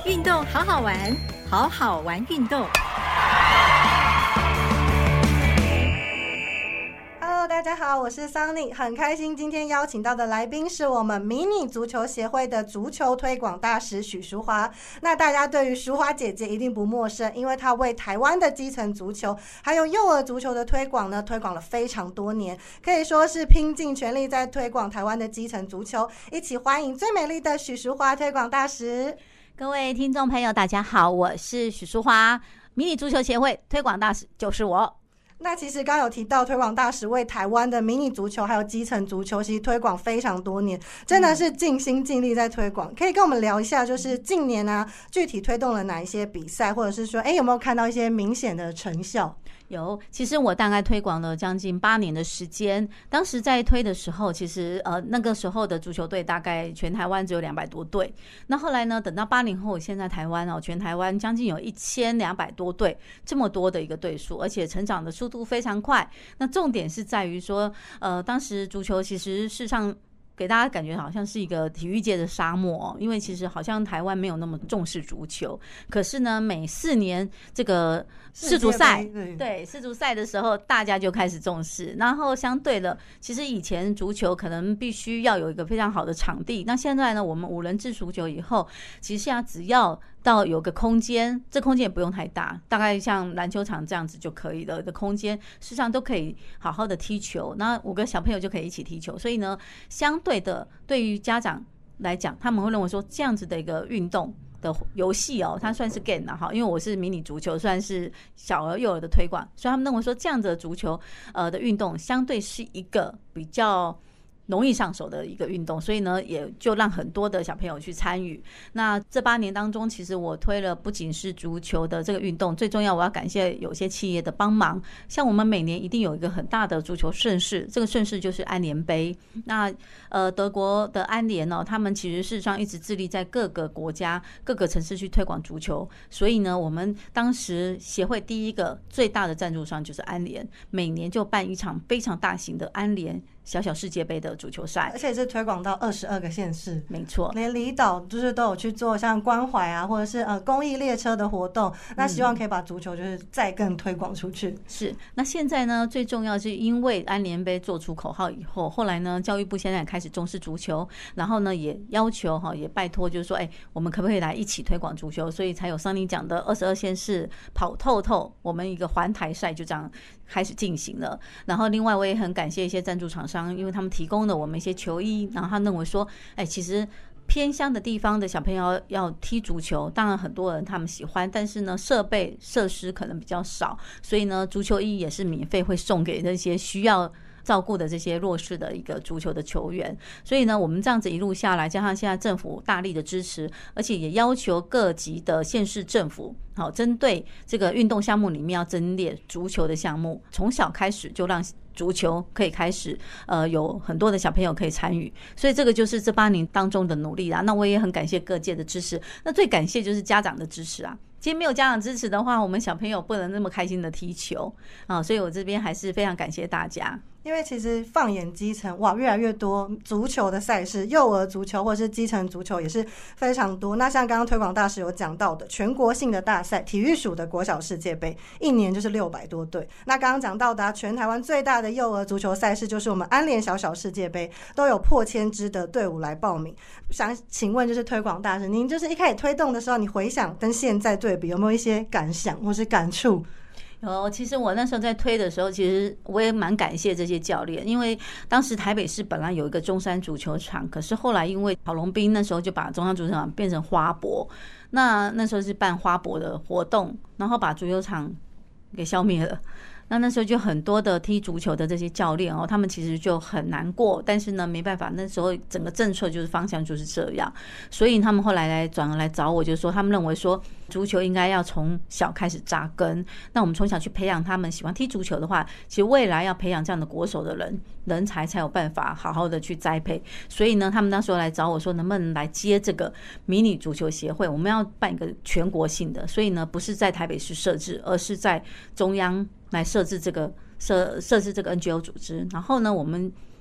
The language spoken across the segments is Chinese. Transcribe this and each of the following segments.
运动好好玩，好好玩运动。 大家好，我是桑尼，很开心今天邀请到的来宾是我们迷你足球协会的足球推广大使许淑华。那大家对于淑华姐姐一定不陌生，因为她为台湾的基层足球还有幼儿足球的推广呢，推广了非常多年，可以说是拼尽全力在推广台湾的基层足球。一起欢迎最美丽的许淑华推广大使。 各位听众朋友大家好，我是许淑华，迷你足球协会推广大使就是我。 那其实刚有提到推广大使为台湾的迷你足球还有基层足球其实推广非常多年，真的是尽心尽力在推广。可以跟我们聊一下就是近年啊具体推动了哪一些比赛，或者是说有没有看到一些明显的成效？ 有，其实我大概推广了将近8年的时间。当时在推的时候，其实那个时候的足球队大概全台湾只有200多队。那后来呢，等到8年后，现在台湾全台湾将近有1200多队，这么多的一个队数，而且成长的速度非常快。那重点是在于说，当时足球其实事实上给大家感觉好像是一个体育界的沙漠因为其实好像台湾没有那么重视足球，可是呢，每4年这个世足赛，对世足赛的时候，大家就开始重视。然后相对的，其实以前足球可能必须要有一个非常好的场地，那现在呢，我们5人制足球以后，其实现在只要到有个空间，这空间也不用太大，大概像篮球场这样子就可以了的空间，事实上都可以好好的踢球。那5个小朋友就可以一起踢球，所以呢，相对的，对于家长来讲，他们会认为说这样子的一个运动的游戏它算是 game 哈，因为我是迷你足球，算是小儿幼儿的推广，所以他们认为说这样子的足球的运动相对是一个比较容易上手的一个运动，所以呢，也就让很多的小朋友去参与。那这8年当中，其实我推了不仅是足球的这个运动，最重要我要感谢有些企业的帮忙。像我们每年一定有一个很大的足球盛事，这个盛事就是安联杯。那德国的安联他们其实事实上一直致力在各个国家、各个城市去推广足球。所以呢，我们当时协会第一个最大的赞助商就是安联，每年就办一场非常大型的安联小小世界杯的足球赛， 而且是推广到22个县市， 没错， 连离岛就是都有去做像关怀啊，或者是公益列车的活动。那希望可以把足球就是再更推广出去。 是，那现在呢，最重要是因为安联杯做出口号以后，后来呢，教育部现在开始重视足球，然后呢，也要求也拜托，就是说，我们可不可以来一起推广足球？所以才有桑尼讲的22县市跑透透，我们一个环台赛就这样开始进行了。然后另外我也很感谢一些赞助厂商，因为他们提供了我们一些球衣，然后他认为说，其实偏乡的地方的小朋友要踢足球，当然很多人他们喜欢，但是呢，设备设施可能比较少，所以呢，足球衣也是免费会送给那些需要照顾的这些弱势的一个足球的球员。所以呢，我们这样子一路下来，加上现在政府大力的支持，而且也要求各级的县市政府针对这个运动项目里面要增列足球的项目，从小开始就让足球可以开始有很多的小朋友可以参与，所以这个就是这8年当中的努力啦。那我也很感谢各界的支持，那最感谢就是家长的支持啊。其实没有家长支持的话，我们小朋友不能那么开心的踢球所以我这边还是非常感谢大家。 因为其实放眼基层，哇，越来越多足球的赛事，幼儿足球或者是基层足球也是非常多。那像刚刚推广大使有讲到的全国性的大赛，体育署的国小世界杯，一年就是600多队。那刚刚讲到的全台湾最大的幼儿足球赛事，就是我们安联小小世界杯，都有破千支的队伍来报名。想请问就是推广大使，您就是一开始推动的时候，你回想跟现在对比，有没有一些感想或是感触？ 其实我那时候在推的时候，其实我也蛮感谢这些教练，因为当时台北市本来有一个中山足球场，可是后来因为郝龙斌那时候就把中山足球场变成花博，那时候是办花博的活动，然后把足球场给消灭了。那时候就很多的踢足球的这些教练他们其实就很难过，但是呢没办法，那时候整个政策就是方向就是这样，所以他们后来转而来找我，就是说他们认为说足球应该要从小开始扎根，那我们从小去培养他们喜欢踢足球的话，其实未来要培养这样的国手的人才有办法好好的去栽培。所以呢他们那时候来找我说能不能来接这个迷你足球协会，我们要办一个全国性的，所以呢不是在台北市设置，而是在中央来设置这个 NGO 组织。然后呢我们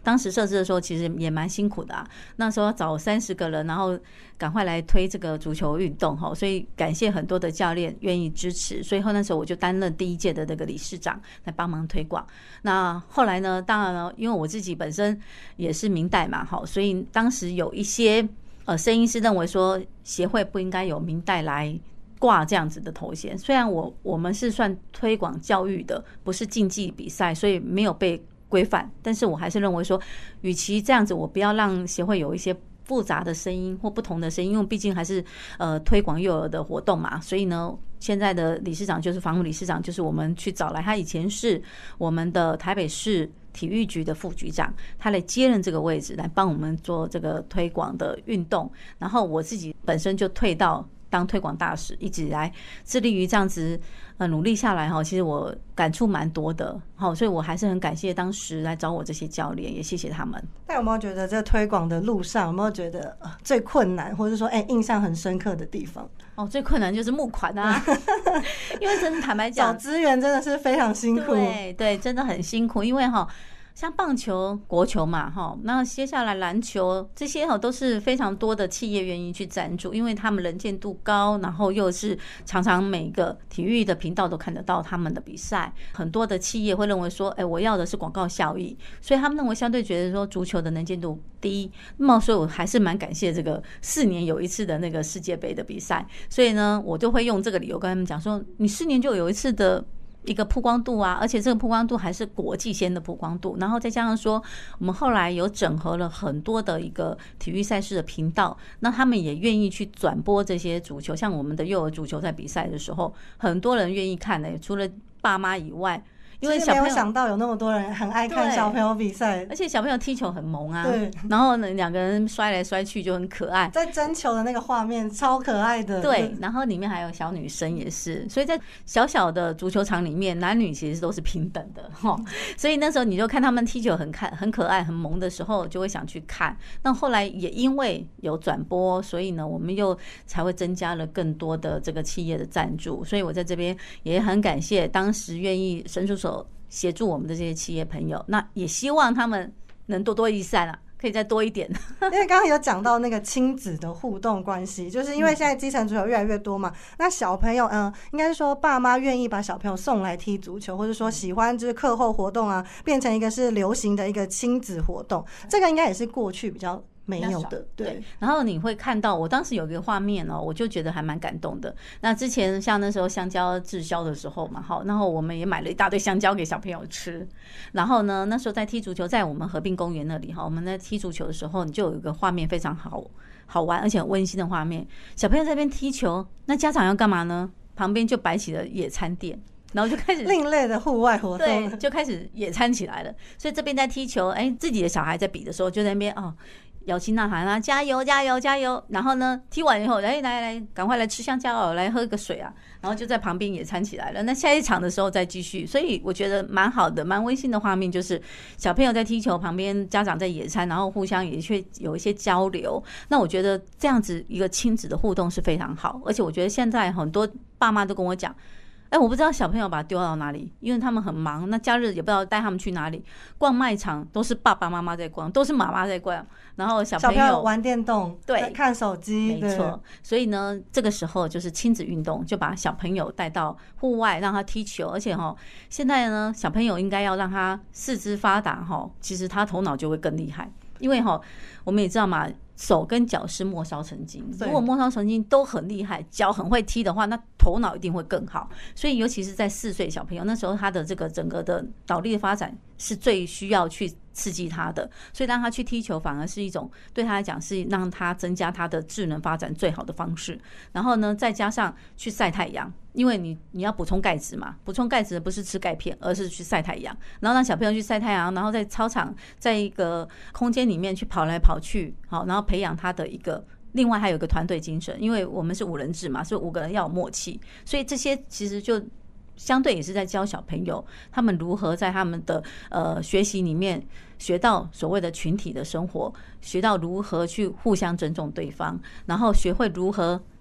当时设置的时候其实也蛮辛苦的啊，那时候要找30个人，然后赶快来推这个足球运动哈，所以感谢很多的教练愿意支持，所以那时候我就担任第1届的这个理事长来帮忙推广。那后来呢，当然了，因为我自己本身也是明代嘛，所以当时有一些声音是认为说协会不应该有明代来挂这样子的头衔。虽然我们是算推广教育的，不是竞技比赛，所以没有被规范，但是我还是认为说，与其这样子，我不要让协会有一些复杂的声音或不同的声音，因为毕竟还是推广幼儿的活动嘛。所以呢，现在的理事长就是房务理事长，就是我们去找来，他以前是我们的台北市体育局的副局长，他来接任这个位置，来帮我们做这个推广的运动。然后我自己本身就退到当推广大使，一直以来致力于这样子努力下来哈，其实我感触蛮多的，好，所以我还是很感谢当时来找我这些教练，也谢谢他们。 那有没有觉得在推广的路上，有没有觉得最困难，或者说印象很深刻的地方？ 最困难就是募款啊，因为真的坦白讲， 找资源真的是非常辛苦。 对，真的很辛苦，因为像棒球、国球嘛，那接下来篮球这些都是非常多的企业愿意去赞助，因为他们能见度高，然后又是常常每个体育的频道都看得到他们的比赛。很多的企业会认为说，我要的是广告效益，所以他们认为相对觉得说足球的能见度低。那么，所以我还是蛮感谢这个4年有一次的那个世界杯的比赛。所以呢，我就会用这个理由跟他们讲说，你4年就有一次的一个曝光度啊，而且这个曝光度还是国际先的曝光度，然后再加上说我们后来有整合了很多的一个体育赛事的频道，那他们也愿意去转播这些足球，像我们的幼儿足球在比赛的时候，很多人愿意看的，除了爸妈以外。因为小朋友没有想到有那么多人很爱看小朋友比赛， 而且小朋友踢球很萌啊， 对， 然后呢2个人摔来摔去就很可爱， 在争球的那个画面超可爱的， 对，然后里面还有小女生也是，所以在小小的足球场里面，男女其实都是平等的所以那时候你就看他们踢球很可爱很萌的时候，就会想去看。那后来也因为有转播，所以呢我们又才会增加了更多的这个企业的赞助，所以我在这边也很感谢当时愿意伸出手协助我们的这些企业朋友，那也希望他们能多多益善啊，可以再多一点。 因为刚刚有讲到那个亲子的互动关系，就是因为现在基层足球越来越多嘛，那小朋友应该是说爸妈愿意把小朋友送来踢足球，或者说喜欢就是课后活动啊，变成一个是流行的一个亲子活动，这个应该也是过去比较没有的，对。 然后你会看到，我当时有一个画面我就觉得还蛮感动的。那之前像那时候香蕉滞销的时候嘛，然后我们也买了一大堆香蕉给小朋友吃。然后呢，那时候在踢足球，在我们河滨公园那里我们在踢足球的时候，你就有一个画面非常好玩，而且很温馨的画面。小朋友在那边踢球，那家长要干嘛呢？旁边就摆起了野餐垫。然后就开始另类的户外活动， 对，就开始野餐起来了。所以这边在踢球，自己的小孩在比的时候，就在那边摇旗呐喊啊，加油加油加油！然后呢，踢完以后，来，赶快来吃香蕉来喝个水啊！然后就在旁边野餐起来了。那下一场的时候再继续，所以我觉得蛮好的，蛮温馨的画面，就是小朋友在踢球，旁边家长在野餐，然后互相也去有一些交流。那我觉得这样子一个亲子的互动是非常好，而且我觉得现在很多爸妈都跟我讲。我不知道小朋友把它丢到哪里，因为他们很忙，那假日也不知道带他们去哪里。逛卖场都是爸爸妈妈在逛，都是妈妈在逛，然后小朋友玩电动，对，看手机， 没错。所以呢，这个时候就是亲子运动，就把小朋友带到户外，让他踢球。而且现在呢，小朋友应该要让他四肢发达其实他头脑就会更厉害，因为我们也知道嘛。手跟脚是末梢神经，如果末梢神经都很厉害，脚很会踢的话，那头脑一定会更好。所以尤其是在4岁小朋友那时候，他的这个整个的脑力的发展是最需要去刺激他的，所以让他去踢球反而是一种对他来讲是让他增加他的智能发展最好的方式。然后呢，再加上去晒太阳，因为你要补充钙质嘛，补充钙质不是吃钙片，而是去晒太阳，然后让小朋友去晒太阳，然后在操场在一个空间里面去跑来跑去，然后培养他的一个。另外还有一个团队精神，因为我们是5人制嘛，所以5个人要有默契，所以这些其实就相对也是在教小朋友他们如何在他们的学习里面学到所谓的群体的生活，学到如何去互相尊重对方，然后学会如何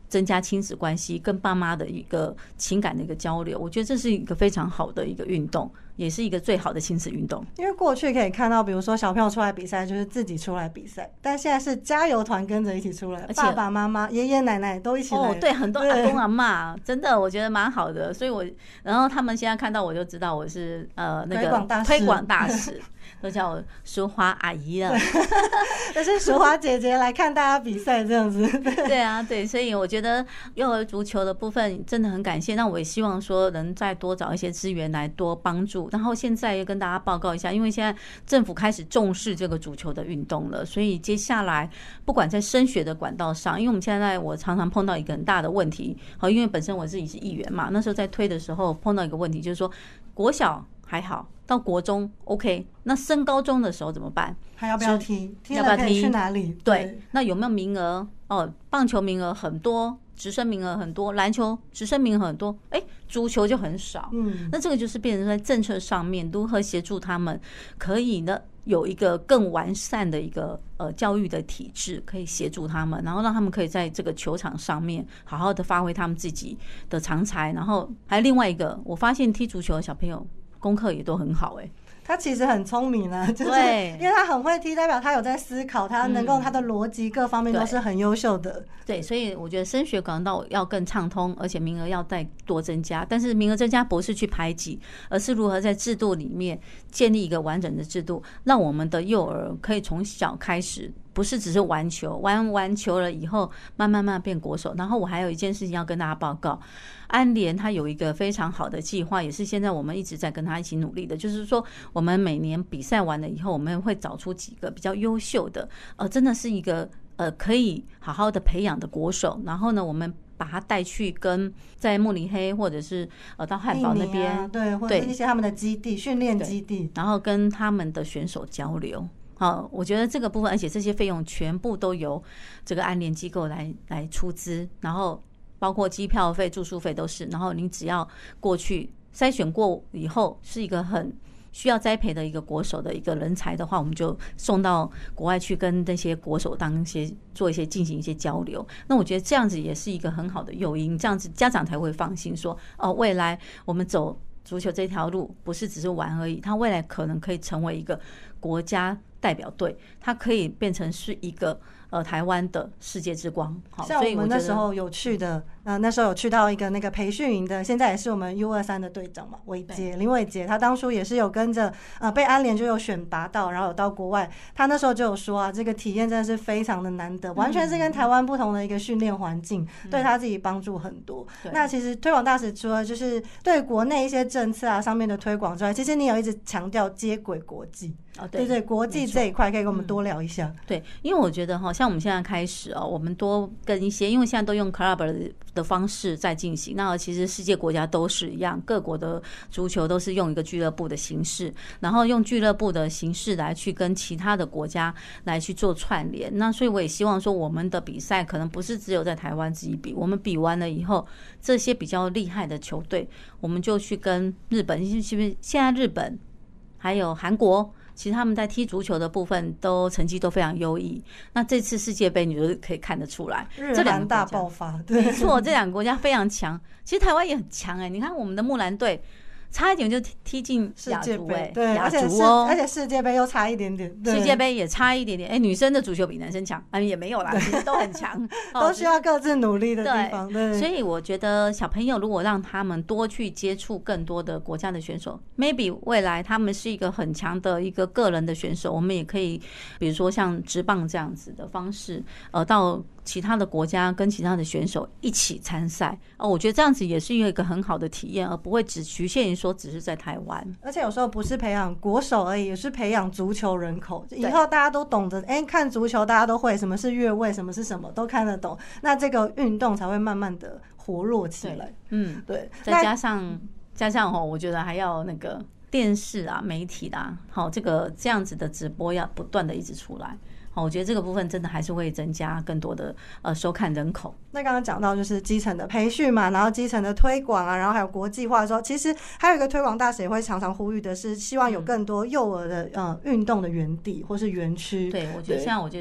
增加亲子关系跟爸妈的一个情感的一个交流，我觉得这是一个非常好的一个运动，也是一个最好的亲子运动。 因为过去可以看到，比如说小朋友出来比赛就是自己出来比赛，但现在是加油团跟着一起出来，爸爸妈妈、爷爷奶奶都一起来。 对，很多阿公阿嬷，真的我觉得蛮好的。所以然后他们现在看到我就知道我是那个推广大使。都叫我淑华阿姨了， 就是淑华姐姐来看大家比赛这样子。 对啊，对，所以我觉得幼儿足球的部分真的很感谢。那我也希望说能再多找一些资源来多帮助。然后现在也跟大家报告一下，因为现在政府开始重视这个足球的运动了，所以接下来不管在升学的管道上，因为我们现在我常常碰到一个很大的问题，好，因为本身我自己是议员嘛，那时候在推的时候碰到一个问题，就是说国小还好，到国中 OK， 那升高中的时候怎么办？ 还要不要踢？踢了可以去哪里？ 对，那有没有名额？棒球名额很多，直升名额很多，篮球直升名额很多，足球就很少。那这个就是变成在政策上面如何协助他们，可以呢有一个更完善的一个教育的体制，可以协助他们，然后让他们可以在这个球场上面好好的发挥他们自己的长才。然后还有另外一个，我发现踢足球的小朋友功课也都很好他其实很聪明啊，就是因为他很会踢，代表他有在思考，他能够他的逻辑各方面都是很优秀的。 对，所以我觉得升学管道要更畅通，而且名额要再多增加。但是名额增加不是去排挤，而是如何在制度里面建立一个完整的制度，让我们的幼儿可以从小开始，不是只是玩球，玩球了以后慢慢变国手。然后我还有一件事情要跟大家报告，安联它有一个非常好的计划，也是现在我们一直在跟他一起努力的，就是说我们每年比赛完了以后，我们会找出几个比较优秀的真的是一个可以好好的培养的国手，然后呢我们把他带去跟在慕尼黑或者是到汉堡那边， 对，或者是一些他们的基地训练基地， 然后跟他们的选手交流。好，我觉得这个部分，而且这些费用全部都由这个安联机构来出资，然后包括机票费、住宿费都是。然后你只要过去筛选过以后，是一个很需要栽培的一个国手的一个人才的话，我们就送到国外去跟那些国手进行一些交流。那我觉得这样子也是一个很好的诱因，这样子家长才会放心说，未来我们走足球这条路不是只是玩而已，他未来可能可以成为一个国家代表队，它可以变成是一个台湾的世界之光。好， 像我们那时候有去的，那时候有去到一个那个培训营的，现在也是我们 U23 的队长嘛，林伟杰，他当初也是有跟着被安联就有选拔到，然后有到国外。他那时候就有说这个体验真的是非常的难得，完全是跟台湾不同的一个训练环境，对他自己帮助很多。那其实推广大使除了就是对国内一些政策上面的推广之外，其实你有一直强调接轨国际。对，国际这一块可以跟我们多聊一下。 对，因为我觉得像我们现在开始我们多跟一些，因为现在都用 club 的方式在进行，那其实世界国家都是一样，各国的足球都是用一个俱乐部的形式，然后用俱乐部的形式来去跟其他的国家来去做串联。那所以我也希望说，我们的比赛可能不是只有在台湾自己比，我们比完了以后，这些比较厉害的球队，我们就去跟日本，现在日本还有韩国。其实他们在踢足球的部分都成绩都非常优异。那这次世界杯你就可以看得出来， 日韩大爆发， 没错，这两个国家非常强。其实台湾也很强你看我们的木兰队。差一点就踢进亚足对， 亚足而且世界杯又差一点点， 世界杯也差一点点。女生的足球比男生强，也没有啦，其实都很强， 都需要各自努力的地方。对， 所以我觉得小朋友如果让他们多去接触更多的国家的选手 ，maybe 未来他们是一个很强的一个个人的选手，我们也可以，比如说像职棒这样子的方式，到其他的国家跟其他的选手一起参赛我觉得这样子也是一个很好的体验，而不会只局限于说只是在台湾。 而且有时候不是培养国手而已，也是培养足球人口。以后大家都懂得，看足球大家都会什么是越位，什么是什么都看得懂，那这个运动才会慢慢的活络起来。对。 再加上我觉得还要那个电视媒体这样子的直播要不断的一直出来。我觉得这个部分真的还是会增加更多的收看人口。 那刚刚讲到就是基层的培训嘛，然后基层的推广然后还有国际化的时候，其实还有一个推广大使也会常常呼吁的是，希望有更多幼儿的运动的园地或是园区。 对，我觉得现在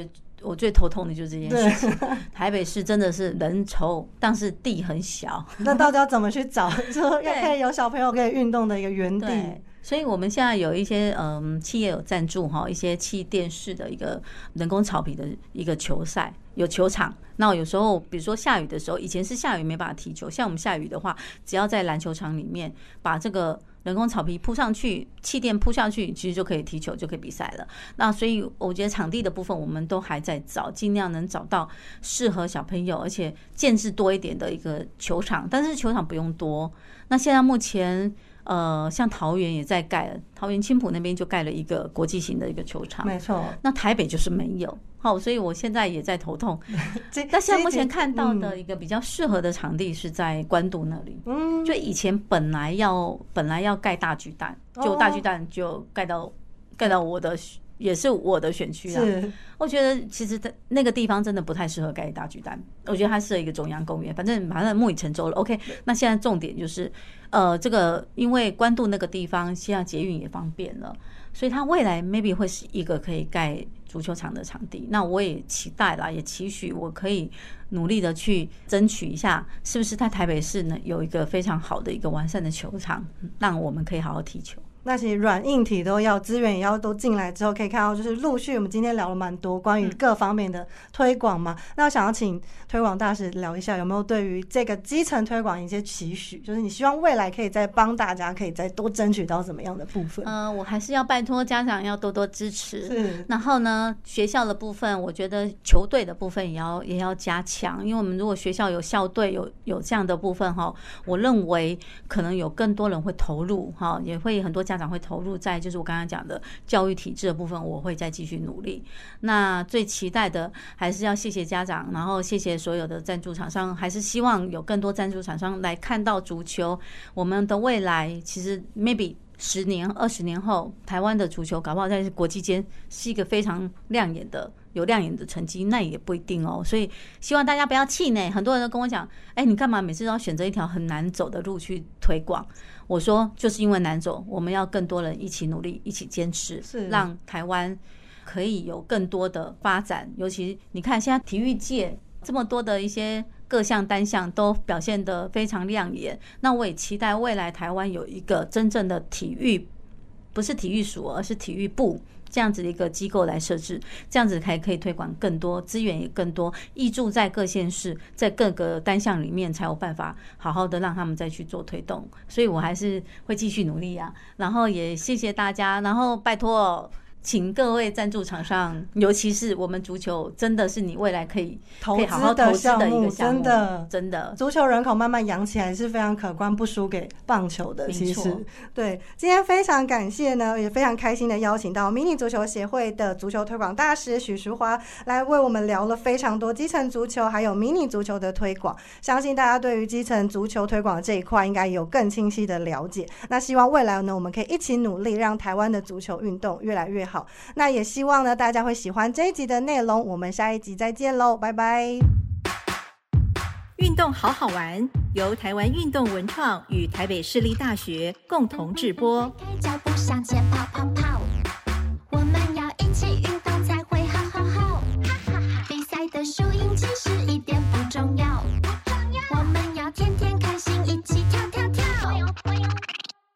我最头痛的就是这件事情。台北市真的是人稠，但是地很小。 那到底要怎么去找，就可以有小朋友可以运动的一个园地？ 所以我们现在有一些企业有赞助一些气电式的一个人工草皮的一个球赛，有球场。那有时候比如说下雨的时候，以前是下雨没办法踢球，像我们下雨的话，只要在篮球场里面把这个人工草皮铺上去，气垫铺上去，其实就可以踢球，就可以比赛了。那所以我觉得场地的部分我们都还在找，尽量能找到适合小朋友而且建制多一点的一个球场，但是球场不用多。那现在目前像桃园也在盖了，桃园青埔那边就盖了一个国际型的一个球场， 没错。 那台北就是没有，所以我现在也在头痛。那现在目前看到的一个比较适合的场地是在关渡那里，就以前本来要盖大巨蛋，就大巨蛋就盖到我的。也是我的选区啊，我觉得其实那个地方真的不太适合盖大巨蛋，我觉得它适合一个中央公园，反正木已成舟了。OK， 那现在重点就是，这个因为关渡那个地方现在捷运也方便了，所以它未来 maybe 会是一个可以盖足球场的场地。那我也期待啦，也期许我可以努力的去争取一下，是不是在台北市呢有一个非常好的一个完善的球场，让我们可以好好踢球。 那其实软硬体都要，资源也要都进来之后，可以看到就是陆续我们今天聊了蛮多关于各方面的推广嘛。那我想要请推广大使聊一下，有没有对于这个基层推广一些期许，就是你希望未来可以再帮大家可以再多争取到怎么样的部分？ 我还是要拜托家长要多多支持，然后呢学校的部分我觉得球队的部分也要加强，因为我们如果学校有校队有这样的部分我认为可能有更多人会投入也会很多家长会投入在就是我刚刚讲的教育体制的部分，我会再继续努力。那最期待的还是要谢谢家长，然后谢谢所有的赞助厂商，还是希望有更多赞助厂商来看到足球我们的未来。其实 maybe 10年20年后，台湾的足球搞不好在国际间是一个非常有亮眼的成绩，那也不一定哦。所以希望大家不要气馁，很多人都跟我讲，你干嘛每次都要选择一条很难走的路去推广？我说就是因为难走，我们要更多人一起努力，一起坚持，让台湾可以有更多的发展。尤其你看现在体育界这么多的一些各项单项都表现得非常亮眼，那我也期待未来台湾有一个真正的体育，不是体育署，而是体育部这样子的一个机构来设置，这样子才可以推广更多资源，也更多挹注在各县市，在各个单项里面才有办法好好的让他们再去做推动。所以我还是会继续努力啊，然后也谢谢大家，然后拜托请各位赞助厂商，尤其是我们足球，真的是你未来可以好好投资的一个项目，真的， 足球人口慢慢养起来是非常可观，不输给棒球的。其实，对，今天非常感谢呢，也非常开心的邀请到迷你足球协会的足球推广大使许淑华来为我们聊了非常多基层足球还有迷你足球的推广。相信大家对于基层足球推广这一块应该有更清晰的了解。那希望未来呢，我们可以一起努力，让台湾的足球运动越来越好。那也希望呢大家会喜欢这一集的内容，我们下一集再见咯，拜拜。 运动好好玩，由台湾运动文创与台北市立大学共同制播。 脚步向前跑跑跑。